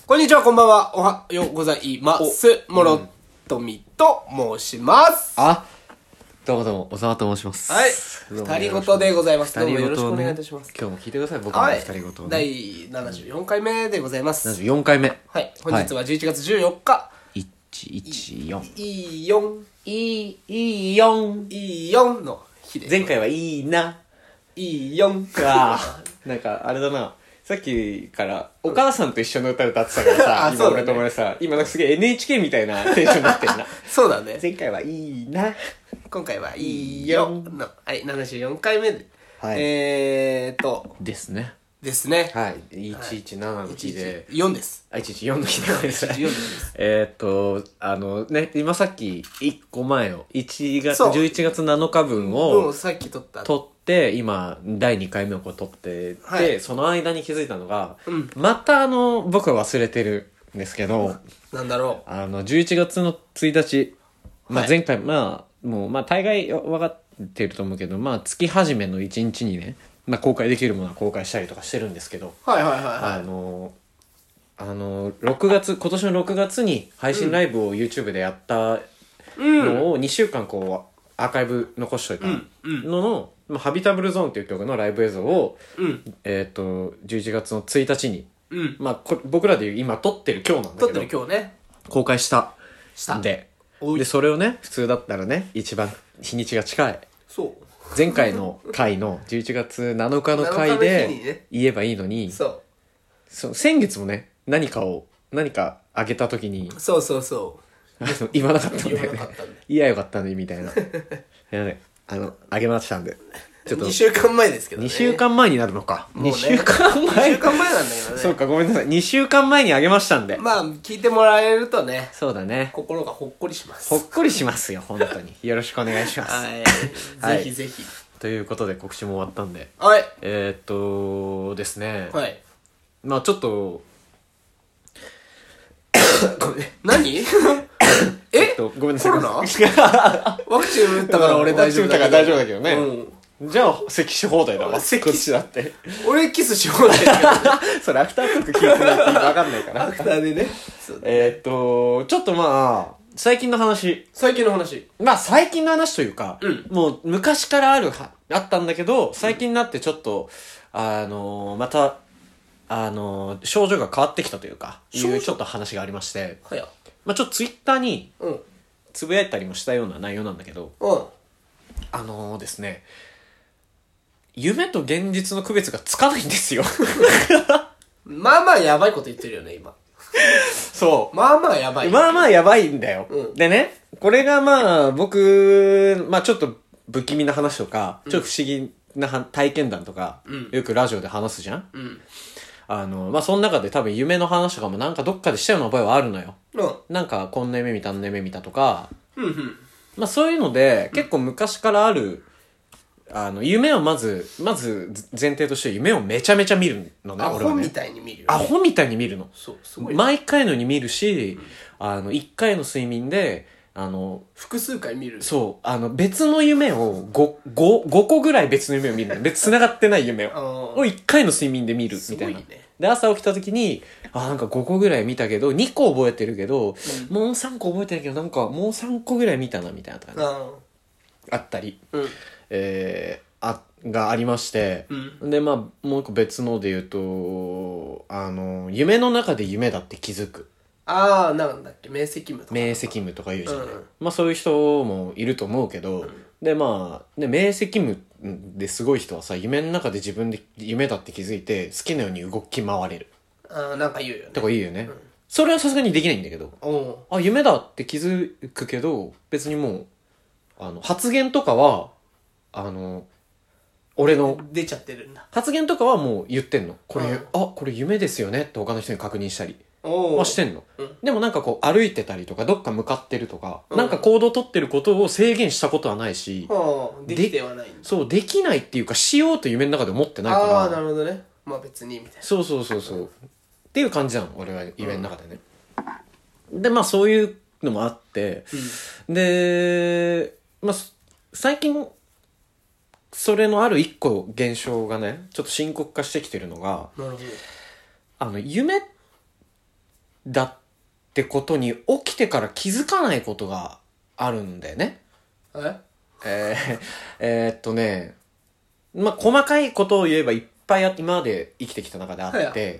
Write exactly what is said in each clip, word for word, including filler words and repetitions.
こんにちは、こんばんは。おはようございます。もろとみと申します。 あ、どうもどうも、小沢と申します。 はい。二人ごとでございます。どうもよろしくお願いいたします。 今日も聞いてください、僕の二人ごと、ね。 だいななじゅうよんかいめでございます。 ななじゅうよんかいめ。 はい。本日はじゅういちがつじゅうよっか。 いちいちよん。 いいよん。 いい、いいよん。 いいよんの日です。 前回はいいな。 いいよんか。なんか、あれだな。さっきからお母さんと一緒の歌歌ってたからさ、今俺と俺さ、今なんかすげえ エヌエイチケー みたいなテンションになってんな。 そうだね。 前回はいいな。 今回はいいよの、はい、ななじゅうよんかいめで。はい、えーと。 ですね。ですね。 はい。いちいちななの日で。 よんです。 あ、いちいちよんの日でごめんなさい。えっと、あのね、今さっきいっこまえを、いちがつ、じゅういちがつなのかぶんを、 うん、さっき撮った。 撮って、今、だいにかいめをこう撮ってて、はい、その間に気づいたのが、 うん、 またあの、僕は忘れてるんですけど、 なんだろう。あの、じゅういちがつのついたち、まあ前回、はい、まあ、もう、まあ大概分かってると思うけど、まあ月始めのいちにちにね、まあ公開できるものは公開したりとかしてるんですけど、 はいはいはい、はい。 あの、あの、ろくがつ、今年のろくがつに配信ライブを YouTube でやったのをにしゅうかんこう、アーカイブ残しといたのの、うんうん、ハビタブルゾーンっていう曲のライブ映像を、うん、えっ、ー、と、じゅういちがつのついたちに、うん、まあこ、僕らでいう今撮ってる今日なんだけど、 撮ってる今日ね。 公開した。 した。 で、で、それをね、普通だったらね、一番日にちが近い。 そう。 前回の回のじゅういちがつなのかの回で言えばいいのに、 そう。 そう、先月もね、何かを、何かあげたときに、 そうそうそう。 言わなかったんだよね。 言わなかったんだ。 いやよかったね、みたいな。いやね、あの、あげましたんで。 ちょっと。にしゅうかんまえですけどね。 にしゅうかんまえになるのか。 もうね、 にしゅうかんまえ。 にしゅうかんまえなんだけどね。 そうか、ごめんなさい。にしゅうかんまえにあげましたんで。 まあ、聞いてもらえるとね。 そうだね。 心がほっこりします。 ほっこりしますよ、本当に。よろしくお願いします。 はい。ぜひぜひ。 ということで告知も終わったんで。 はい。 えー、っとですね。 はい。 まあちょっと、 何えごめんなさい。 コロナワクチン打ったから俺大丈夫だけど。 大丈夫だけどね。うん、じゃあ、咳し放題だわ。 咳こっちだって。 俺キスし放題だけどね。 それアフタートーク聞いてないってわかんないから。 アフターでね。 えーっと、ちょっとまあ、最近の話。 最近の話。 まあ最近の話というか、 うん、 もう昔からあるは、あったんだけど、最近になってちょっと、あのー、また、あのー、症状が変わってきたというか、いうちょっと話がありまして、 はや。 まあちょっとツイッターに、 うん、 つぶやいたりもしたような内容なんだけど、 うん、 あのー、ですね、夢と現実の区別がつかないんですよ。 まあまあやばいこと言ってるよね、今。 そう。 まあまあやばい。 まあまあやばいんだよ。 うん、 でね、これがまあ僕、まあちょっと不気味な話とか、うん、ちょっと不思議な体験談とか、うん、よくラジオで話すじゃん、うん、あの、まあその中で多分夢の話とかもなんかどっかでしたような覚えはあるのよ。うん、なんかこんな夢見た、あんな夢見たとか、 うんうん、 まあそういうので、結構昔からある、あの、夢をまず、まず前提として夢をめちゃめちゃ見るのね、俺はね。 アホみたいに見るよ、ね。 アホみたいに見るの。 そう、すごい、ね。 毎回のように見るし、うん、あの、一回の睡眠で、あの、 複数回見る。 そう、あの、別の夢をご、ご、ごこぐらい別の夢を見るの。別、繋がってない夢を。を一回の睡眠で見る、みたいな。ね、で、朝起きた時に、あ、なんかごこぐらい見たけど、にこ覚えてるけど、うん、もうさんこ覚えてるけど、なんかもうさんこぐらい見たな、みたいなとかね。あったり。うん、えー、あ、がありまして、うん、で、まあ、もう一個別ので言うと、あの、夢の中で夢だって気づく。 ああ、なんだっけ、明晰夢とか。 明晰夢とか言うじゃない。うん、まあそういう人もいると思うけど、うん、で、まあ、ね、明晰夢ですごい人はさ、夢の中で自分で夢だって気づいて、好きなように動き回れる。 ああ、なんか言うよね。 とか言うよね。うん、それはさすがにできないんだけど、あ、夢だって気づくけど、別にもう、あの、発言とかは、あの、俺の出ちゃってるんだ。 発言とかはもう言ってんの。これ、うん、あ、これ夢ですよねって他の人に確認したりはしてんの。うん、でもなんかこう歩いてたりとかどっか向かってるとか、うん、なんか行動を取ってることを制限したことはないし、 うん、できてはないんだ。 そう、できないっていうかしようと夢の中で思ってないから。 ああ、なるほどね。まあ別にみたいな。 そうそうそうそう。っていう感じなの、俺は夢の中でね。うん、で、まあそういうのもあって、うん、で、まあ最近、それのある一個現象がね、ちょっと深刻化してきてるのが、 なるほど。 あの、夢っだってことに起きてから気づかないことがあるんだよね。 ええー、えー、っとね、まあ、細かいことを言えばいっぱいあって、今まで生きてきた中であって、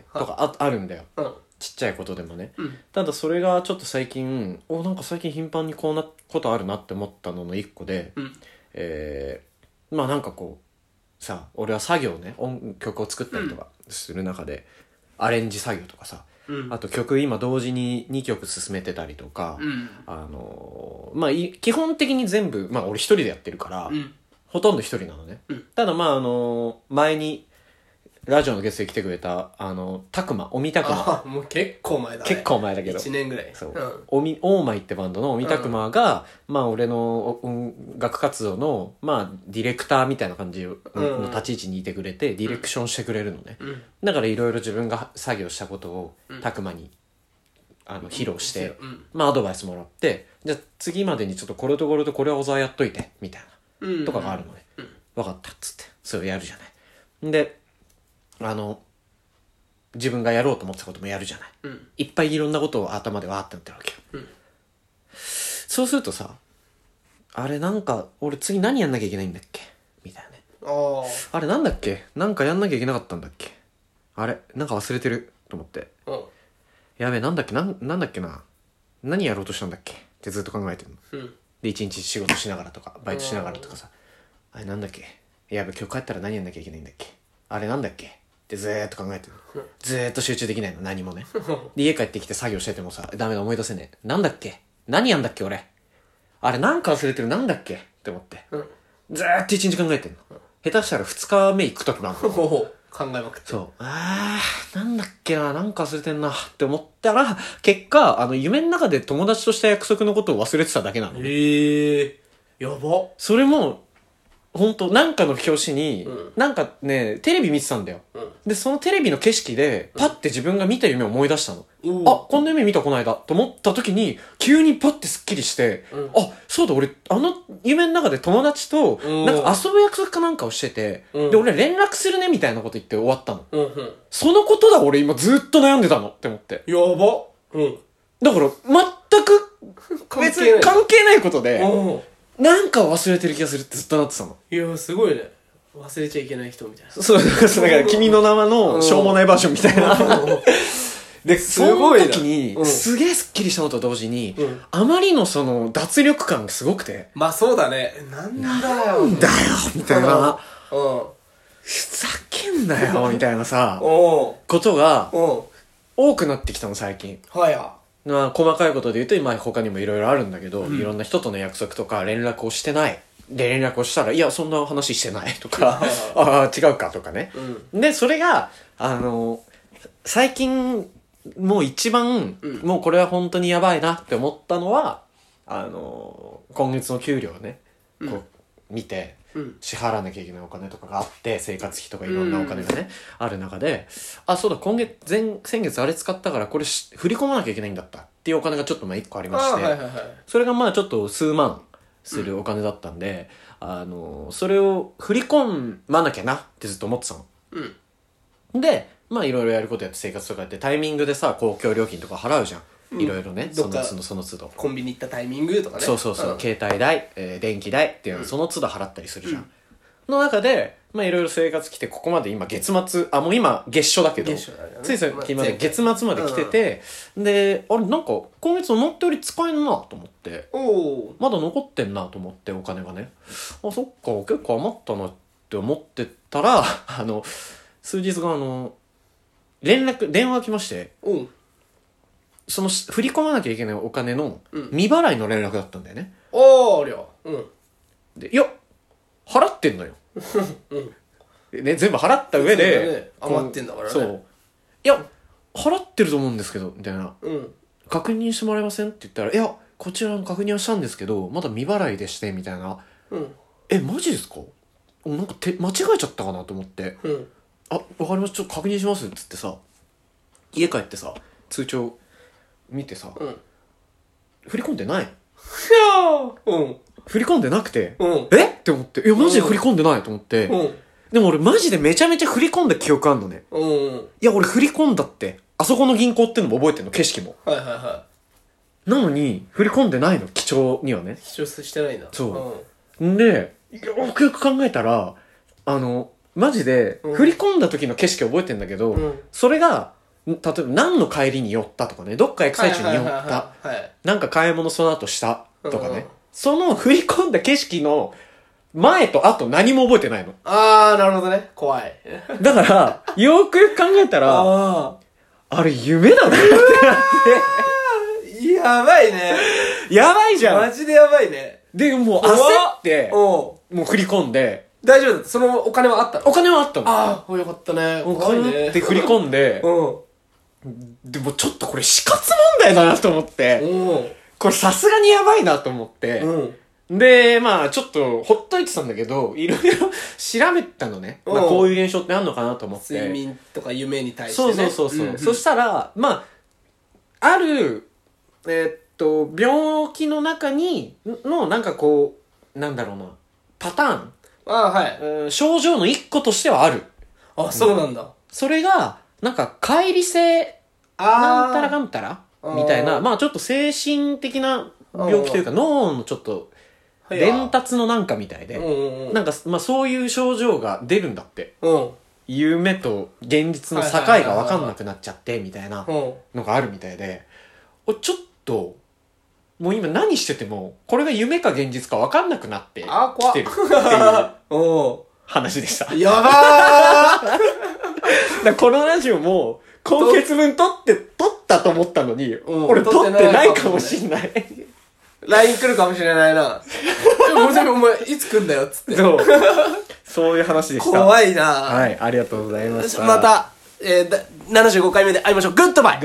はい、 とかあ、あるんだよ。 うん。 ちっちゃいことでもね。 うん、 ただそれがちょっと最近、お、なんか最近頻繁にこうなことあるなって思ったのの一個で、 うん、 えー、まあなんかこう、さ、俺は作業ね、音曲を作ったりとかする中で、うん、アレンジ作業とかさ、うん、あと曲今同時ににきょく進めてたりとか、うん、あのー、まあ基本的に全部、まあ俺一人でやってるから、うん、ほとんど一人なのね、うん、ただまああのー、前にラジオのゲストに来てくれたあのたくまおみたくま、 もう結構前だね、 結構前だけどいちねんぐらい、 そう、うん、おみオーマイってバンドのおみたくまが、うん、まあ俺の音楽活動のまあディレクターみたいな感じの立ち位置にいてくれて、うん、ディレクションしてくれるのね、うん、だからいろいろ自分が作業したことをたくまにあの披露して、うん、まあアドバイスもらって、じゃあ次までにちょっとこれとこれとこれは小沢やっといてみたいな、うん、とかがあるのね、うん、分かったっつってそれをやるじゃない。であの自分がやろうと思ってたこともやるじゃない、うん、いっぱいいろんなことを頭でわーってなってるわけよ、うん、そうするとさ、あれなんか俺次何やんなきゃいけないんだっけみたいなね。ああれなんだっけ、なんかやんなきゃいけなかったんだっけ、あれなんか忘れてると思って、うん、やべえなんだっけ、なん、なんだっけな、何やろうとしたんだっけってずっと考えてるの、うん、で一日仕事しながらとかバイトしながらとかさ、あれなんだっけ、やべえ今日帰ったら何やんなきゃいけないんだっけ、あれなんだっけってずーっと考えてる、うん、ずーっと集中できないの何もねで家帰ってきて作業しててもさ、ダメだ思い出せねえ、なんだっけ何やんだっけ俺、あれなんか忘れてる、なんだっけって思って、うん、ずーっと一日考えてんの、うん、下手したら二日目行くときもあるの考えまくって、 そう、あーなんだっけな、なんか忘れてんなって思ったら、結果あの夢の中で友達とした約束のことを忘れてただけなのね。 へえー、やば。それも本当なんかの表紙に、うん、なんかねテレビ見てたんだよ、うん、でそのテレビの景色でパッて自分が見た夢を思い出したの、うん、あこんな夢見たこの間と思った時に急にパッてスッキリして、うん、あそうだ俺あの夢の中で友達となんか遊ぶ約束かなんかをしてて、うん、で俺連絡するねみたいなこと言って終わったの、うんうん、そのことだ俺今ずっと悩んでたのって思って、 やば、うん、 だから全く別に関係ないことで、うんなんか忘れてる気がするってずっとなってたの。 いやすごいね、忘れちゃいけない人みたいな。 そうだから君の名はのしょうもないバージョンみたいなでその時に、うん、すげえスッキリしたのと同時に、うん、あまりのその脱力感がすごくて、 まあそうだね、なんだよなんだよみたいな、うん、ふざけんなよみたいなさことが多くなってきたの最近。 はいや、 まあ、細かいことで言うと今他にもいろいろあるんだけど、うん、いろんな人との約束とか連絡をしてないで連絡をしたらいやそんな話してないとかああ違うかとかね、うん、でそれがあの最近もう一番、うん、もうこれは本当にやばいなって思ったのはあの今月の給料をねこう、うん、見てうん、支払わなきゃいけないお金とかがあって生活費とかいろんなお金がね、うん、ある中であそうだ今月前先月あれ使ったからこれ振り込まなきゃいけないんだったっていうお金がちょっとまあいっこありまして、はいはいはい、それがまあちょっと数万するお金だったんで、うん、あのそれを振り込まなきゃなってずっと思ってたの、うん、でまあいろいろやることやって生活とかやってタイミングでさ公共料金とか払うじゃんいろいろね、その都度その都度コンビニ行ったタイミングとかね、 そうそうそう、うん、携帯代、えー、電気代っていうのはその都度払ったりするじゃん、うん、の中でまあいろいろ生活来てここまで今月末あもう今月初だけど月初だよね、ついさっきまで月末まで来てて、うん、であれなんか今月思ったより使えんなと思っておまだ残ってんなと思ってお金がねあそっか結構余ったなって思ってたらあの数日後あの連絡電話が来ましておその振り込まなきゃいけないお金の未払いの連絡だったんだよね。 ああ、ありゃ。うん。 で、いや、払ってんのよ。うん。ね、全部払った上で。 ね、余ってんだからね。 そう。いや、払ってると思うんですけど、みたいな。うん。確認してもらえませんって言ったら、いや、こちらの確認はしたんですけど、まだ未払いでして、みたいな。うん。え、マジですか？なんかて間違えちゃったかなと思って。うん。あ、わかりました。ちょっと確認しますっつってさ、家帰ってさ、通帳、見てさ、うん、振り込んでないうん、振り込んでなくて、うん、えって思っていやマジで振り込んでないと思って、うん、でも俺マジでめちゃめちゃ振り込んだ記憶あんのね、うん、いや俺振り込んだってあそこの銀行ってのも覚えてんの、景色も。 はいはいはなのに、振り込んでないの、記帳にはね。 い。主張してないな。 そう。んで、よくよく考えたら、あの、マジで、 うん振り込んだ時の景色覚えてんだけど、 うんそれが、ん例えば何の帰りに寄ったとかね、どっかエクサイチに寄った、 はいはいはいはいはい。 なんか買い物その後したとかね、 うんその振り込んだ景色の前と後何も覚えてないの。 あー、なるほどね。怖い。 だから、よくよく考えたら、 ああれ夢だなってなっー。やばいね。 て、やばいじゃん。 マジでやばいね。 で、もう焦って、 おうもう振り込んで、 大丈夫だった。そのお金はあったの？ お金はあったの。 ああ、よかったね。 もう怖いね。 って振り込んで、 うん。 でもちょっとこれ死活問題だなと思って、 うん。 これさすがにやばいなと思って、 うん。 で、まあちょっとほっといてたんだけど、いろいろ調べたのね。まあうんこういう現象ってあんのかなと思って。 睡眠とか夢に対してそうね。 そうそうそう。 んんそしたら、まあ、ある、えーっと、病気の中に、のなんかこう、なんだろうな、パターン、 ああ、はい。 うん症状の一個としてはある。 あ、そうなんだ。 それが、なんか、乖離性、なんたらかんたらあーみたいな、まあちょっと精神的な病気というか、脳のちょっと、 はい伝達のなんかみたいで、 うんうんうん。 なんか、まあそういう症状が出るんだって。 うん。 夢と現実の境が分かんなくなっちゃって、みたいなうん。 のがあるみたいで、おちょっと、もう今何してても、これが夢か現実か分かんなくなってあー怖っきてるっていうお話でした。 うやばーだからこのラジオも、今月分撮って、撮ったと思ったのに、 うん俺撮ってないかもしんない。 ライン 来るかもしれないな。でも、お前、いつ来んだよ、つって。 そう。そういう話でした。 怖いなはい、ありがとうございました。 また、えーだ、ななじゅうごかいめで会いましょう。グッドバイ